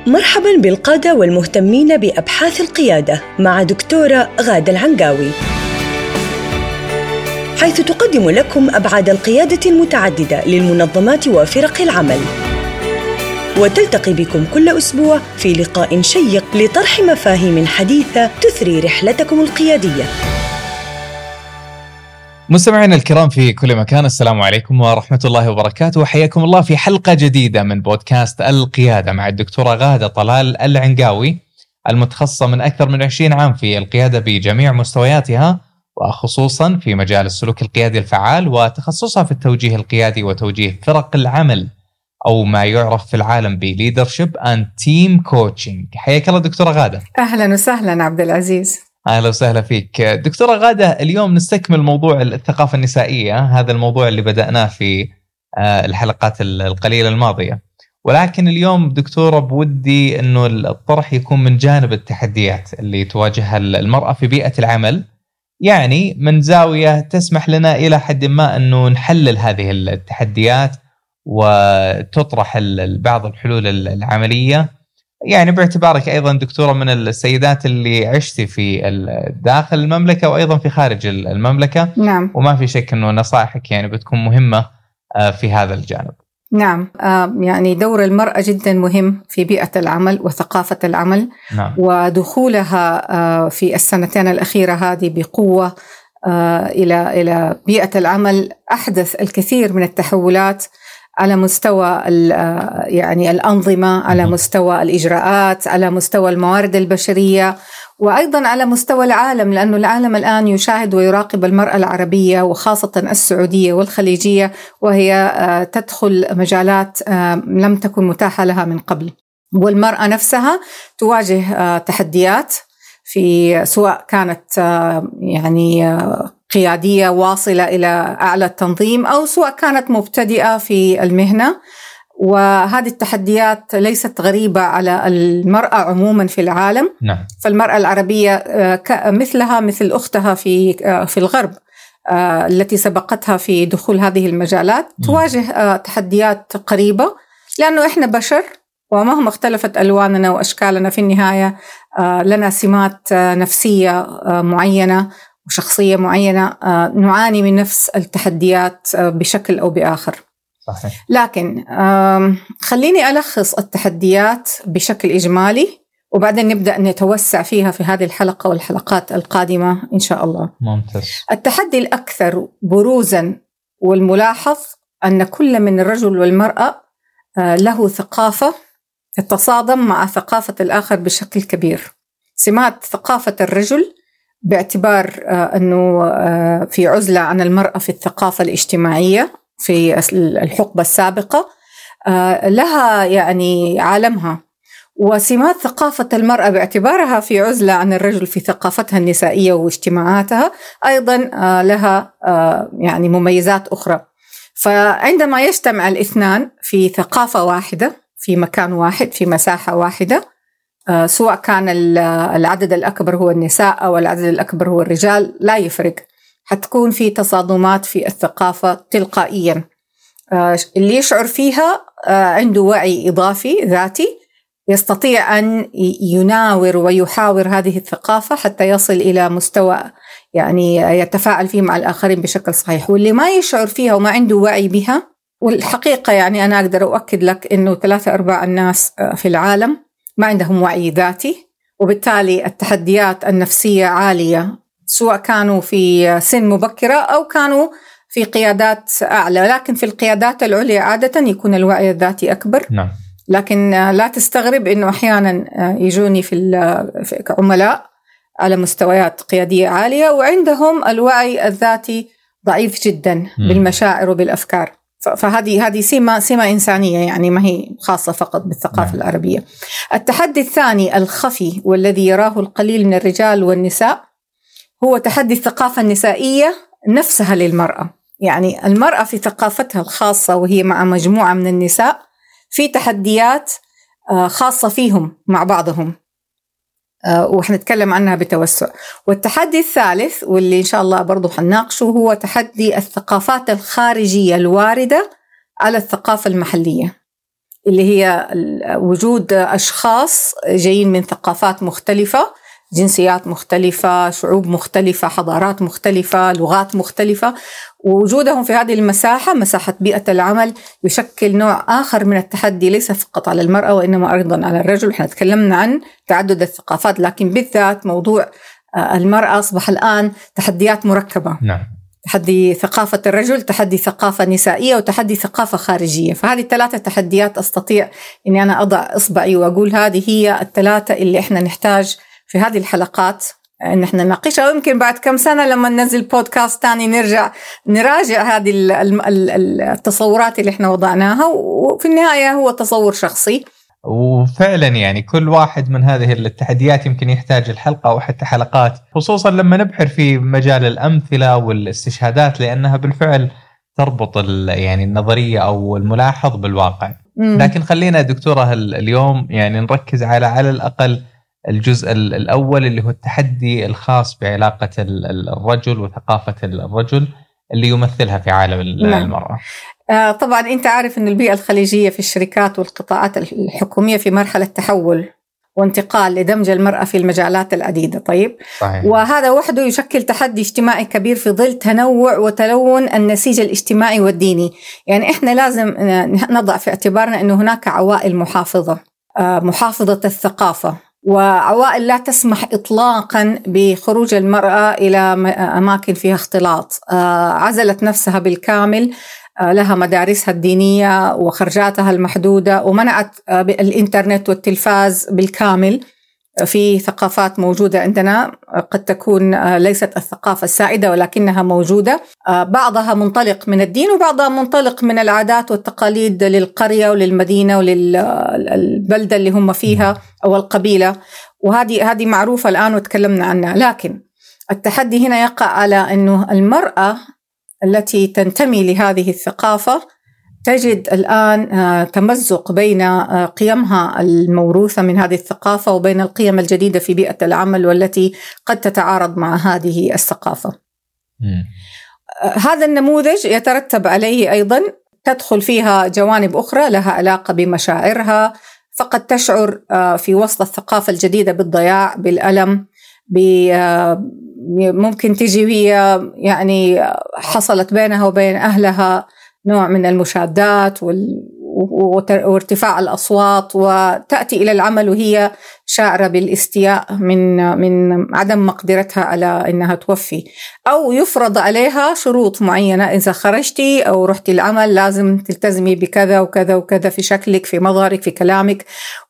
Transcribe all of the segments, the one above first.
مرحباً بالقادة والمهتمين بأبحاث القيادة مع دكتورة غادة العنقاوي، حيث تقدم لكم أبعاد القيادة المتعددة للمنظمات وفرق العمل، وتلتقي بكم كل أسبوع في لقاء شيق لطرح مفاهيم حديثة تثري رحلتكم القيادية. مستمعينا الكرام في كل مكان، السلام عليكم ورحمة الله وبركاته، وحياكم الله في حلقة جديدة من بودكاست القيادة مع الدكتورة غادة طلال العنقاوي، المتخصصة من أكثر من 20 عام في القيادة بجميع مستوياتها، وخصوصا في مجال السلوك القيادي الفعال، وتخصصها في التوجيه القيادي وتوجيه فرق العمل، أو ما يعرف في العالم ب Leadership and Team Coaching. حياك الله دكتورة غادة. أهلا وسهلا عبد العزيز. أهلا وسهلا فيك دكتورة غادة. اليوم نستكمل موضوع الثقافة النسائية، هذا الموضوع اللي بدأناه في الحلقات القليلة الماضية، ولكن اليوم دكتورة بودي أنه الطرح يكون من جانب التحديات اللي تواجهها المرأة في بيئة العمل، يعني من زاوية تسمح لنا إلى حد ما أنه نحلل هذه التحديات وتطرح بعض الحلول العملية، يعني باعتبارك أيضا دكتورة من السيدات اللي عشتي في داخل المملكة وأيضا في خارج المملكة. نعم. وما في شك أنه نصائحك يعني بتكون مهمة في هذا الجانب. نعم، يعني دور المرأة جدا مهم في بيئة العمل وثقافة العمل. نعم. ودخولها في السنتين الأخيرة هذه بقوة إلى بيئة العمل أحدث الكثير من التحولات على مستوى يعني الأنظمة، على مستوى الإجراءات، على مستوى الموارد البشرية، وأيضا على مستوى العالم، لأنه العالم الآن يشاهد ويراقب المرأة العربية وخاصة السعودية والخليجية، وهي تدخل مجالات لم تكن متاحة لها من قبل. والمرأة نفسها تواجه تحديات في سواء كانت يعني قيادية واصلة إلى أعلى التنظيم، أو سواء كانت مبتدئة في المهنة. وهذه التحديات ليست غريبة على المرأة عموما في العالم. نعم. فالمرأة العربية مثلها مثل أختها في الغرب التي سبقتها في دخول هذه المجالات تواجه تحديات قريبة، لأنه إحنا بشر ومهما اختلفت ألواننا وأشكالنا في النهاية لنا سمات نفسية معينة وشخصية معينة، نعاني من نفس التحديات بشكل أو بآخر. صحيح. لكن خليني ألخص التحديات بشكل إجمالي، وبعدين نبدأ نتوسع فيها في هذه الحلقة والحلقات القادمة إن شاء الله. ممتاز. التحدي الأكثر بروزاً والملاحظ أن كل من الرجل والمرأة له ثقافة تتصادم مع ثقافة الآخر بشكل كبير. سمات ثقافة الرجل باعتبار أنه في عزلة عن المرأة في الثقافة الاجتماعية في الحقبة السابقة، لها يعني عالمها، وسمات ثقافة المرأة باعتبارها في عزلة عن الرجل في ثقافتها النسائية واجتماعاتها أيضا لها يعني مميزات أخرى. فعندما يجتمع الاثنان في ثقافة واحدة في مكان واحد في مساحة واحدة، سواء كان العدد الأكبر هو النساء أو العدد الأكبر هو الرجال، لا يفرق، حتكون في تصادمات في الثقافة تلقائيا. اللي يشعر فيها عنده وعي إضافي ذاتي يستطيع أن يناور ويحاور هذه الثقافة حتى يصل إلى مستوى يعني يتفاعل فيه مع الآخرين بشكل صحيح. واللي ما يشعر فيها وما عنده وعي بها، والحقيقة يعني أنا أقدر أؤكد لك أنه 3/4 الناس في العالم ما عندهم وعي ذاتي، وبالتالي التحديات النفسية عالية، سواء كانوا في سن مبكرة أو كانوا في قيادات أعلى. لكن في القيادات العليا عادة يكون الوعي الذاتي أكبر. نعم. لكن لا تستغرب أنه أحيانا يجوني في عملاء على مستويات قيادية عالية وعندهم الوعي الذاتي ضعيف جدا بالمشاعر وبالأفكار. فهذه سمة إنسانية، يعني ما هي خاصة فقط بالثقافة العربية. التحدي الثاني الخفي والذي يراه القليل من الرجال والنساء هو تحدي الثقافة النسائية نفسها للمرأة. يعني المرأة في ثقافتها الخاصة وهي مع مجموعة من النساء في تحديات خاصة فيهم مع بعضهم، وحنتكلم عنها بتوسع. والتحدي الثالث واللي إن شاء الله برضو حنناقشه هو تحدي الثقافات الخارجية الواردة على الثقافة المحلية. اللي هي وجود أشخاص جايين من ثقافات مختلفة، جنسيات مختلفة، شعوب مختلفة، حضارات مختلفة، لغات مختلفة، ووجودهم في هذه المساحة، مساحة بيئة العمل، يشكل نوع آخر من التحدي ليس فقط على المرأة وإنما أيضا على الرجل. احنا تكلمنا عن تعدد الثقافات، لكن بالذات موضوع المرأة أصبح الآن تحديات مركبة. نعم. تحدي ثقافة الرجل، تحدي ثقافة نسائية، وتحدي ثقافة خارجية. فهذه الثلاثة تحديات أستطيع أني أنا أضع إصبعي وأقول هذه هي الثلاثة اللي إحنا نحتاج في هذه الحلقات إن إحنا نناقشها، ويمكن بعد كم سنة لما ننزل بودكاست تاني نراجع هذه التصورات اللي إحنا وضعناها، وفي النهاية هو تصور شخصي. وفعلا يعني كل واحد من هذه التحديات يمكن يحتاج الحلقة أو حتى حلقات، خصوصا لما نبحر في مجال الأمثلة والاستشهادات، لأنها بالفعل تربط يعني النظرية أو الملاحظ بالواقع. لكن خلينا دكتورة اليوم يعني نركز على الأقل الجزء الأول اللي هو التحدي الخاص بعلاقة الرجل وثقافة الرجل اللي يمثلها في عالم المرأة. طبعا أنت عارف أن البيئة الخليجية في الشركات والقطاعات الحكومية في مرحلة تحول وانتقال لدمج المرأة في المجالات العديدة. طيب. صحيح. وهذا وحده يشكل تحدي اجتماعي كبير في ظل تنوع وتلون النسيج الاجتماعي والديني. يعني إحنا لازم نضع في اعتبارنا أنه هناك عوائل محافظة الثقافة، وعوائل لا تسمح إطلاقا بخروج المرأة إلى أماكن فيها اختلاط، عزلت نفسها بالكامل، لها مدارسها الدينية وخرجاتها المحدودة، ومنعت الإنترنت والتلفاز بالكامل. في ثقافات موجودة عندنا قد تكون ليست الثقافة السائدة ولكنها موجودة، بعضها منطلق من الدين وبعضها منطلق من العادات والتقاليد للقرية وللمدينة وللبلدة اللي هم فيها أو القبيلة، وهذه معروفة الآن وتكلمنا عنها. لكن التحدي هنا يقع على أنه المرأة التي تنتمي لهذه الثقافة تجد الآن تمزق بين قيمها الموروثة من هذه الثقافة وبين القيم الجديدة في بيئة العمل والتي قد تتعارض مع هذه الثقافة. هذا النموذج يترتب عليه أيضا تدخل فيها جوانب أخرى لها علاقة بمشاعرها، فقد تشعر في وسط الثقافة الجديدة بالضياع، بالألم، ممكن تجي وهي يعني حصلت بينها وبين أهلها نوع من المشادات وارتفاع الأصوات، وتأتي إلى العمل وهي شاعرة بالاستياء من عدم مقدرتها على أنها توفي، أو يفرض عليها شروط معينة، إذا خرجتي أو رحتي العمل لازم تلتزمي بكذا وكذا وكذا في شكلك، في مظهرك، في كلامك.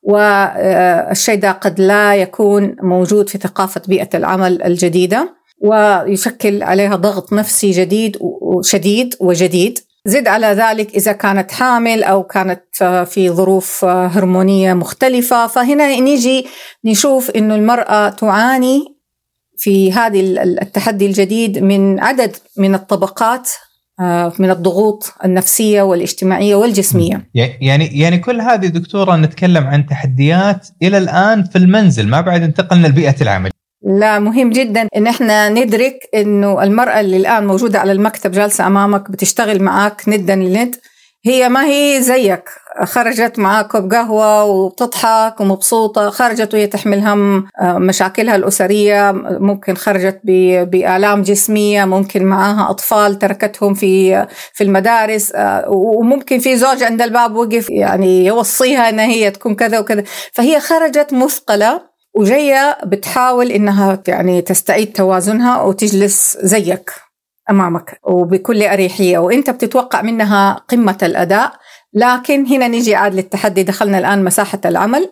والشيء ده قد لا يكون موجود في ثقافة بيئة العمل الجديدة، ويشكل عليها ضغط نفسي شديد وجديد. زد على ذلك إذا كانت حامل أو كانت في ظروف هرمونية مختلفة، فهنا نيجي نشوف إنه المرأة تعاني في هذه التحدي الجديد من عدد من الطبقات من الضغوط النفسية والاجتماعية والجسمية. يعني كل هذه دكتورة نتكلم عن تحديات إلى الآن في المنزل، ما بعد انتقلنا لبيئة العمل. لا، مهم جدا إن احنا ندرك إنه المرأة اللي الآن موجودة على المكتب جالسة أمامك بتشتغل معاك ندا لند، هي ما هي زيك خرجت معاك كوب قهوة وتضحك ومبسوطة، خرجت وهي تحمل هم مشاكلها الأسرية، ممكن خرجت بآلام جسمية، ممكن معاها أطفال تركتهم في المدارس، وممكن في زوج عند الباب وقف يعني يوصيها إن هي تكون كذا وكذا. فهي خرجت مثقلة وجاية بتحاول إنها يعني تستعيد توازنها وتجلس زيك أمامك وبكل أريحية، وإنت بتتوقع منها قمة الأداء. لكن هنا نيجي عاد للتحدي، دخلنا الآن مساحة العمل.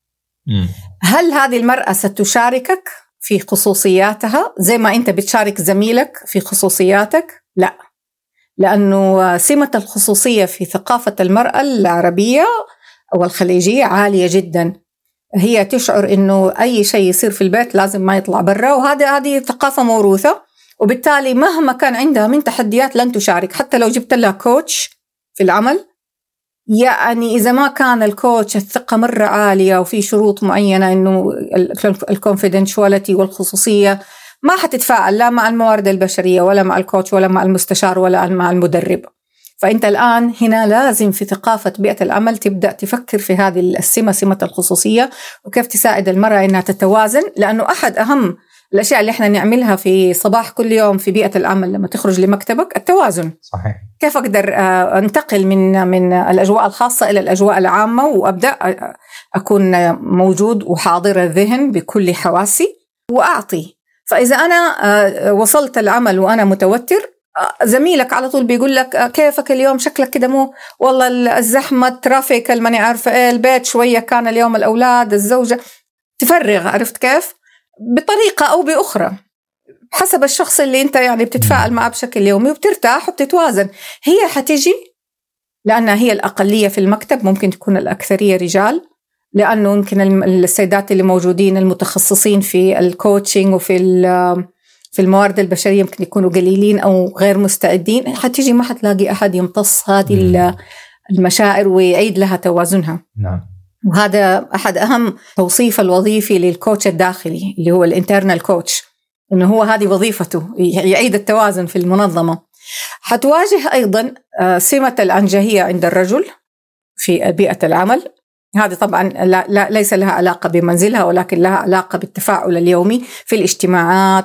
هل هذه المرأة ستشاركك في خصوصياتها زي ما أنت بتشارك زميلك في خصوصياتك؟ لا، لأنه سمة الخصوصية في ثقافة المرأة العربية أو الخليجية عالية جدا. هي تشعر إنه أي شيء يصير في البيت لازم ما يطلع برا، هذه ثقافة موروثة، وبالتالي مهما كان عندها من تحديات لن تشارك. حتى لو جبت لها كوتش في العمل، يعني إذا ما كان الكوتش الثقة مرة عالية وفي شروط معينة إنه الكونفيدنشواليتي والخصوصية، ما حتتفاعل لا مع الموارد البشرية ولا مع الكوتش ولا مع المستشار ولا مع المدرب. فأنت الآن هنا لازم في ثقافة بيئة العمل تبدأ تفكر في هذه السمة، سمة الخصوصية، وكيف تساعد المرأة إنها تتوازن. لأنه أحد أهم الأشياء اللي إحنا نعملها في صباح كل يوم في بيئة العمل لما تخرج لمكتبك التوازن. صحيح. كيف أقدر أنتقل من الأجواء الخاصة إلى الأجواء العامة، وأبدأ أكون موجود وحاضر الذهن بكل حواسي وأعطي. فإذا أنا وصلت العمل وأنا متوتر، زميلك على طول بيقول لك كيفك اليوم، شكلك كده مو والله الزحمة، الترافيك، الماني عارفة إيه، البيت شوية كان اليوم، الأولاد، الزوجة، تفرغ. عرفت كيف؟ بطريقة أو بأخرى حسب الشخص اللي أنت يعني بتتفاعل معه بشكل يومي، وبترتاح وبتتوازن. هي حتيجي لأنها هي الأقلية في المكتب، ممكن تكون الأكثرية رجال، لأنه يمكن السيدات اللي موجودين المتخصصين في الكوتشنج وفي في الموارد البشرية يمكن يكونوا قليلين أو غير مستعدين. حتيجي ما حتلاقي أحد يمتص هذه المشاعر ويعيد لها توازنها. نعم. وهذا أحد أهم توصيف الوظيفي للكوتش الداخلي اللي هو الانترنال كوتش، إنه هو هذه وظيفته، يعيد التوازن في المنظمة. حتواجه أيضا سمة العنجهية عند الرجل في بيئة العمل. هذه طبعا ليس لها علاقة بمنزلها، ولكن لها علاقة بالتفاعل اليومي في الاجتماعات،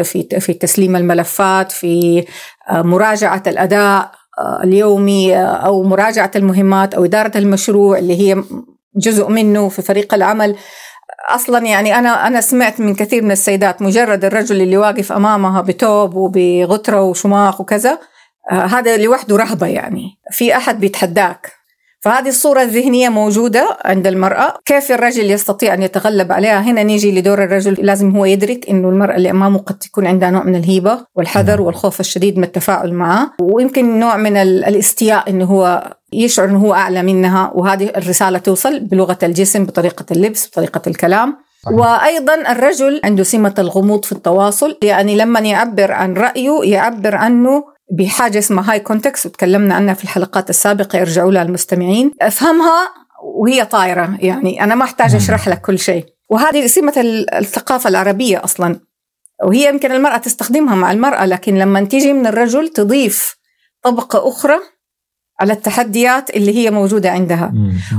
في تسليم الملفات، في مراجعة الأداء اليومي، أو مراجعة المهمات، أو إدارة المشروع اللي هي جزء منه في فريق العمل. أصلا يعني أنا سمعت من كثير من السيدات مجرد الرجل اللي واقف أمامها بتوب وبغترة وشماخ وكذا، هذا لوحده رهبة، يعني في أحد بيتحداك. فهذه الصورة الذهنية موجودة عند المرأة. كيف الرجل يستطيع أن يتغلب عليها؟ هنا نيجي لدور الرجل. لازم هو يدرك أنه المرأة اللي أمامه قد تكون عندها نوع من الهيبة والحذر والخوف الشديد من التفاعل معه، ويمكن نوع من الاستياء، أنه هو يشعر أنه هو أعلى منها، وهذه الرسالة توصل بلغة الجسم، بطريقة اللبس، بطريقة الكلام. وأيضا الرجل عنده سمة الغموض في التواصل، يعني لما يعبر عن رأيه يعبر عنه بحاجة اسمها هاي كونتكست، وتكلمنا عنها في الحلقات السابقة، يرجعوا لها المستمعين. أفهمها وهي طايرة، يعني أنا ما أحتاج أشرح لك كل شيء. وهذه سمة الثقافة العربية أصلا، وهي يمكن المرأة تستخدمها مع المرأة، لكن لما تيجي من الرجل تضيف طبقة أخرى على التحديات اللي هي موجودة عندها.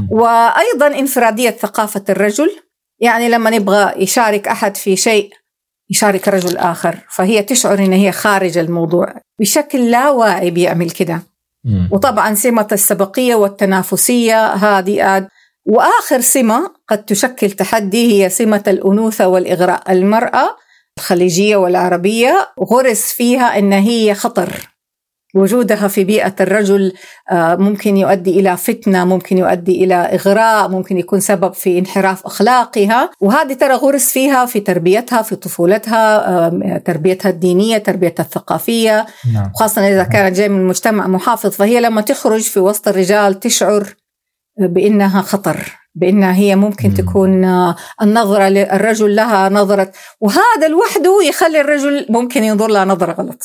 وأيضا انفرادية ثقافة الرجل، يعني لما نبغى يشارك أحد في شيء يشارك رجل آخر، فهي تشعر إن هي خارج الموضوع بشكل لا واعي بيعمل كده. وطبعا سمة السبقية والتنافسية هذه. وآخر سمة قد تشكل تحدي هي سمة الأنوثة والإغراء. المرأة الخليجية والعربية غرس فيها إن هي خطر، وجودها في بيئة الرجل ممكن يؤدي إلى فتنة، ممكن يؤدي إلى إغراء، ممكن يكون سبب في انحراف أخلاقها. وهذه ترى غرس فيها في تربيتها، في طفولتها، تربيتها الدينية، تربيتها الثقافية. خاصة إذا كانت جاية من مجتمع محافظ، فهي لما تخرج في وسط الرجال تشعر بأنها خطر، بأنها هي ممكن تكون النظرة للرجل لها نظرة، وهذا لوحده يخلي الرجل ممكن ينظر لها نظرة غلط.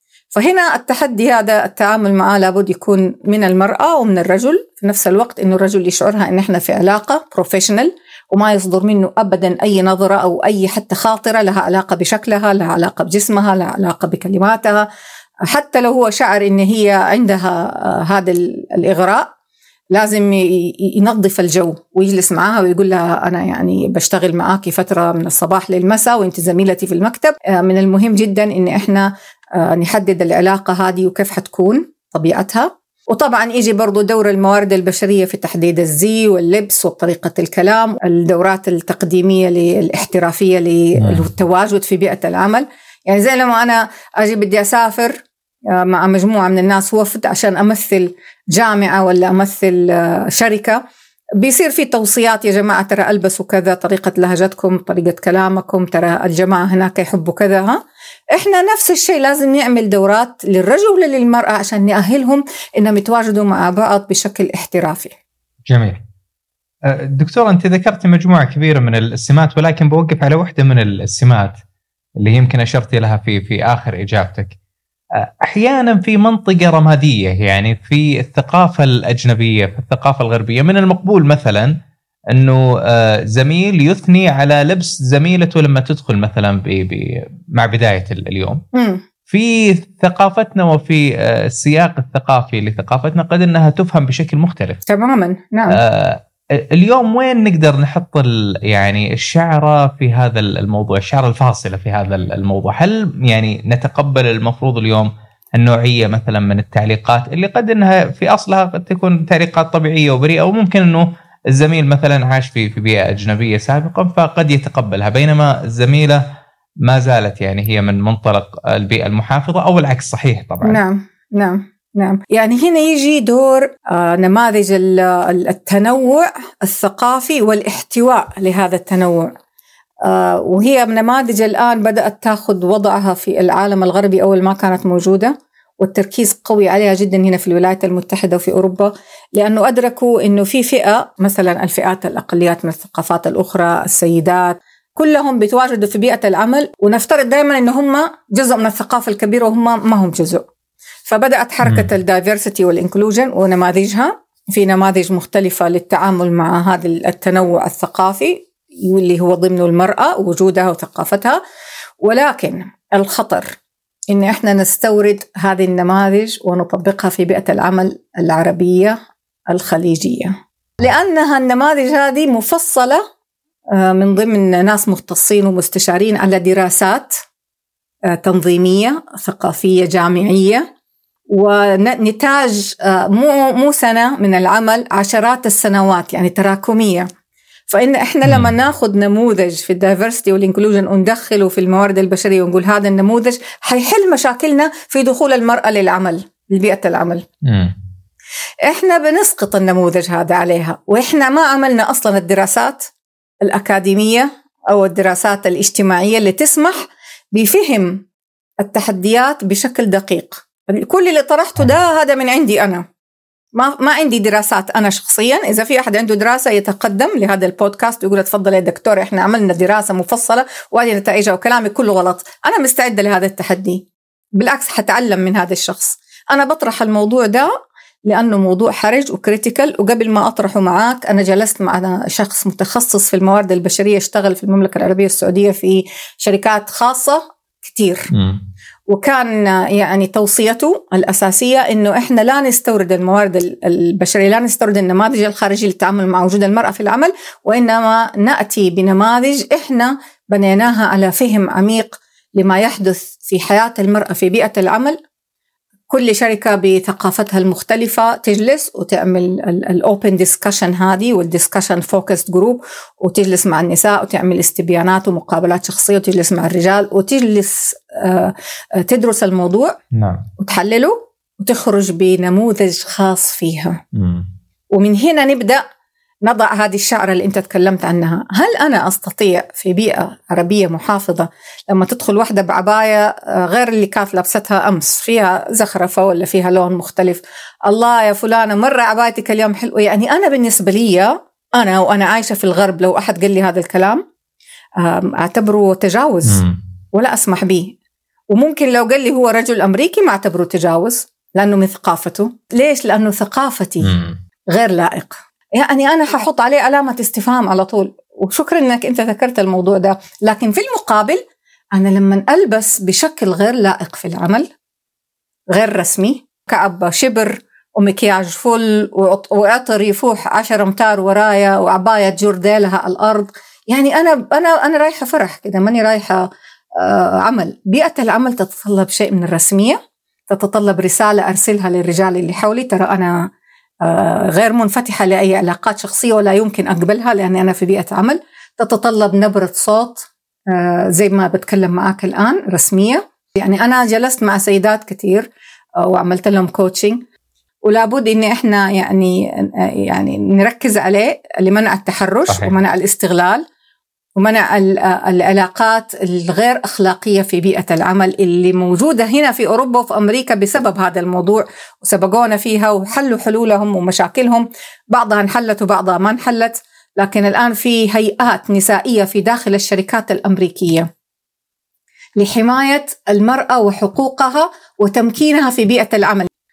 فهنا التحدي هذا التعامل معه لابد يكون من المرأة ومن الرجل في نفس الوقت، إنه الرجل يشعرها إن إحنا في علاقة بروفيشنال، وما يصدر منه أبدا أي نظرة أو أي حتى خاطرة لها علاقة بشكلها، لها علاقة بجسمها، لها علاقة بكلماتها. حتى لو هو شعر إن هي عندها هذا الإغراء، لازم ينظف الجو ويجلس معها ويقول لها أنا يعني بشتغل معاكي فترة من الصباح للمساء وإنت زميلتي في المكتب. من المهم جدا إن إحنا نحدد العلاقة هذه وكيف حتكون طبيعتها. وطبعا يجي برضو دور الموارد البشرية في تحديد الزي واللبس وطريقة الكلام، الدورات التقديمية للاحترافية للتواجد في بيئة العمل. يعني زي لما أنا أجي بدي أسافر مع مجموعة من الناس وفد عشان أمثل جامعة ولا أمثل شركة، بيصير في توصيات، يا جماعة ترى ألبسوا كذا، طريقة لهجتكم، طريقة كلامكم، ترى الجماعة هناك يحبوا كذا. إحنا نفس الشيء لازم نعمل دورات للرجل وللمرأة عشان نأهلهم إنهم يتواجدوا مع بعض بشكل احترافي. جميل. دكتور، أنت ذكرت مجموعة كبيرة من السمات، ولكن بوقف على واحدة من السمات اللي يمكن أشرتي لها في آخر إجابتك. أحيانا في منطقة رمادية، يعني في الثقافة الأجنبية، في الثقافة الغربية، من المقبول مثلا أنه زميل يثني على لبس زميلته لما تدخل مثلا مع بداية اليوم. في ثقافتنا وفي السياق الثقافي لثقافتنا قد أنها تفهم بشكل مختلف تماما. نعم. اليوم وين نقدر نحط يعني الشعرة في هذا الموضوع، الشعرة الفاصلة في هذا الموضوع؟ هل يعني نتقبل المفروض اليوم النوعية مثلا من التعليقات اللي قد أنها في أصلها قد تكون تعليقات طبيعية وبريئة، وممكن أنه الزميل مثلا عاش في بيئة أجنبية سابقا فقد يتقبلها، بينما الزميلة ما زالت يعني هي من منطلق البيئة المحافظة، أو العكس صحيح طبعا. نعم. يعني هنا يجي دور نماذج التنوع الثقافي والاحتواء لهذا التنوع، وهي نماذج الآن بدأت تأخذ وضعها في العالم الغربي أول ما كانت موجودة، والتركيز قوي عليها جدا هنا في الولايات المتحدة وفي أوروبا، لأنه أدركوا أنه في فئة مثلا الفئات الأقليات من الثقافات الأخرى، السيدات، كلهم بيتواجدوا في بيئة العمل، ونفترض دائما أنه هم جزء من الثقافة الكبيرة وهم ما هم جزء. فبدأت حركة الدايفرسيتي والإنكلوجن ونماذجها، في نماذج مختلفة للتعامل مع هذا التنوع الثقافي واللي هو ضمن المرأة ووجودها وثقافتها. ولكن الخطر إن إحنا نستورد هذه النماذج ونطبقها في بيئة العمل العربية الخليجية، لأنها النماذج هذه مفصلة من ضمن ناس مختصين ومستشارين على دراسات تنظيمية ثقافية جامعية، ونتاج مو سنة من العمل، عشرات السنوات يعني تراكمية. فإن إحنا لما ناخذ نموذج في الدايفرسيتي والإنكلوجن وندخله في الموارد البشرية ونقول هذا النموذج حيحل مشاكلنا في دخول المرأة للعمل، لبيئة العمل، إحنا بنسقط النموذج هذا عليها، وإحنا ما عملنا أصلا الدراسات الأكاديمية أو الدراسات الاجتماعية اللي تسمح بفهم التحديات بشكل دقيق. كل اللي طرحته ده هذا من عندي أنا، ما عندي دراسات أنا شخصيا. إذا في أحد عنده دراسة يتقدم لهذا البودكاست ويقول تفضل يا دكتور إحنا عملنا دراسة مفصلة وهذه نتائجها وكلامي كله غلط، أنا مستعدة لهذا التحدي، بالعكس حتعلم من هذا الشخص. أنا بطرح الموضوع ده لأنه موضوع حرج وكريتيكال، وقبل ما أطرحه معاك أنا جلست مع شخص متخصص في الموارد البشرية، اشتغل في المملكة العربية السعودية في شركات خاصة كتير، وكان يعني توصيته الأساسية إنه إحنا لا نستورد الموارد البشرية، لا نستورد النماذج الخارجية للتعامل مع وجود المرأة في العمل، وإنما نأتي بنماذج إحنا بنيناها على فهم عميق لما يحدث في حياة المرأة في بيئة العمل. كل شركة بثقافتها المختلفة تجلس وتعمل الأوبن ديسكشن هذه والديسكشن فوكسد جروب، وتجلس مع النساء وتعمل استبيانات ومقابلات شخصية، وتجلس مع الرجال وتجلس تدرس الموضوع وتحلله وتخرج بنموذج خاص فيها. ومن هنا نبدأ نضع هذه الشعرة اللي أنت تكلمت عنها. هل أنا أستطيع في بيئة عربية محافظة لما تدخل واحدة بعباية غير اللي كانت لابستها أمس، فيها زخرفة ولا فيها لون مختلف، الله يا فلانة مرة عبايتك اليوم حلوة، يعني أنا بالنسبة لي وأنا عايشة في الغرب لو أحد قال لي هذا الكلام أعتبره تجاوز ولا أسمح به. وممكن لو قال لي هو رجل أمريكي ما أعتبره تجاوز لأنه من ثقافته. ليش؟ لأنه ثقافتي غير لائق، يعني أنا ححط عليه علامة استفهام على طول. وشكرا أنك أنت ذكرت الموضوع ده. لكن في المقابل أنا لما ألبس بشكل غير لائق في العمل، غير رسمي، كعب شبر ومكياج فل وعطر يفوح 10 أمتار ورايا وعباية جورديلها على الأرض، يعني أنا رايحة فرح كده، ماني رايحة عمل. بيئة العمل تتطلب شيء من الرسمية، تتطلب رسالة أرسلها للرجال اللي حولي، ترى أنا غير منفتحة لأي علاقات شخصية ولا يمكن أقبلها لأن أنا في بيئة عمل. تتطلب نبرة صوت زي ما بتكلم معاك الآن رسمية. يعني أنا جلست مع سيدات كتير وعملت لهم كوتشنج، ولابد إن إحنا يعني نركز عليه لمنع التحرش صحيح. ومنع الاستغلال ومنع العلاقات الغير أخلاقية في بيئة العمل اللي موجودة هنا في أوروبا وفي أمريكا بسبب هذا الموضوع، وسبقونا فيها وحلوا حلولهم ومشاكلهم، بعضها انحلت وبعضها ما انحلت. لكن الآن في هيئات نسائية في داخل الشركات الأمريكية لحماية المرأة وحقوقها وتمكينها في بيئة العمل.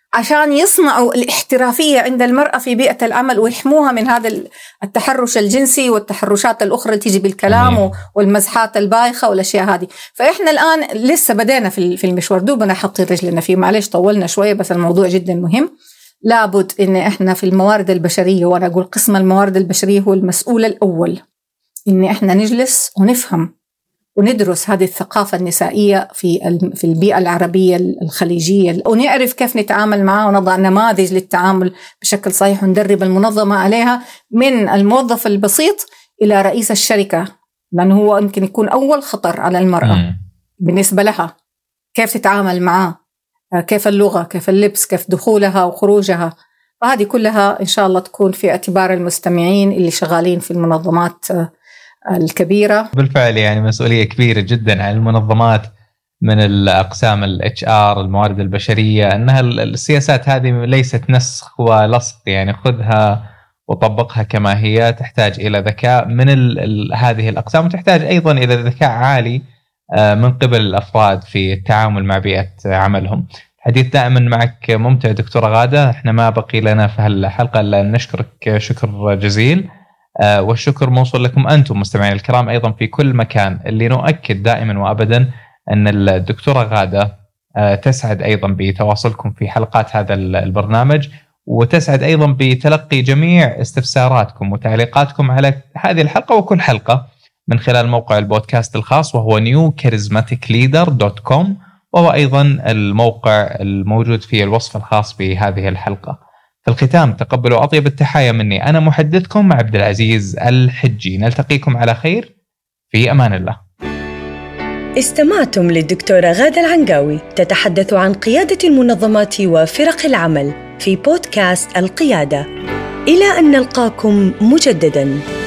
عشان يصنعوا الاحترافية عند المرأة في بيئة العمل ويحموها من هذا التحرش الجنسي والتحرشات الأخرى اللي تيجي بالكلام والمزحات البايخة والأشياء هذه. فإحنا الآن لسه بدينا في المشوار، دوبنا حاطين رجلنا فيه، معلش طولنا شوية بس الموضوع جدا مهم. لابد إن إحنا في الموارد البشرية، وأنا أقول قسم الموارد البشرية هو المسؤول الأول، إن إحنا نجلس ونفهم وندرس هذه الثقافة النسائية في البيئة العربية الخليجية، ونعرف كيف نتعامل معها ونضع نماذج للتعامل بشكل صحيح، وندرب المنظمة عليها من الموظف البسيط إلى رئيس الشركة، لأنه هو يمكن يكون أول خطر على المرأة بالنسبة لها، كيف تتعامل معه، كيف اللغة، كيف اللبس، كيف دخولها وخروجها. فهذه كلها إن شاء الله تكون في اعتبار المستمعين اللي شغالين في المنظمات الكبيرة. بالفعل يعني مسؤولية كبيرة جدا على المنظمات من الأقسام الHR الموارد البشرية، أنها السياسات هذه ليست نسخ ولصق، يعني خذها وطبقها كما هي. تحتاج إلى ذكاء من هذه الأقسام، وتحتاج أيضا إلى ذكاء عالي من قبل الأفراد في التعامل مع بيئة عملهم. الحديث دائما معك ممتع دكتورة غادة. احنا ما بقي لنا في هالحلقة إلا أن نشكرك شكر جزيل، والشكر موصول لكم أنتم مستمعين الكرام أيضا في كل مكان، اللي نؤكد دائما وأبدا أن الدكتورة غادة تسعد أيضا بتواصلكم في حلقات هذا البرنامج، وتسعد أيضا بتلقي جميع استفساراتكم وتعليقاتكم على هذه الحلقة وكل حلقة من خلال موقع البودكاست الخاص، وهو newcharismaticleader.com، وهو أيضا الموقع الموجود في الوصف الخاص بهذه الحلقة. في الختام تقبلوا أطيب التحايا مني، أنا محدثكم عبد العزيز الحجي. نلتقيكم على خير، في أمان الله. استمعتم للدكتورة غادة العنقاوي تتحدث عن قيادة المنظمات وفرق العمل في بودكاست القيادة. إلى أن نلقاكم مجدداً.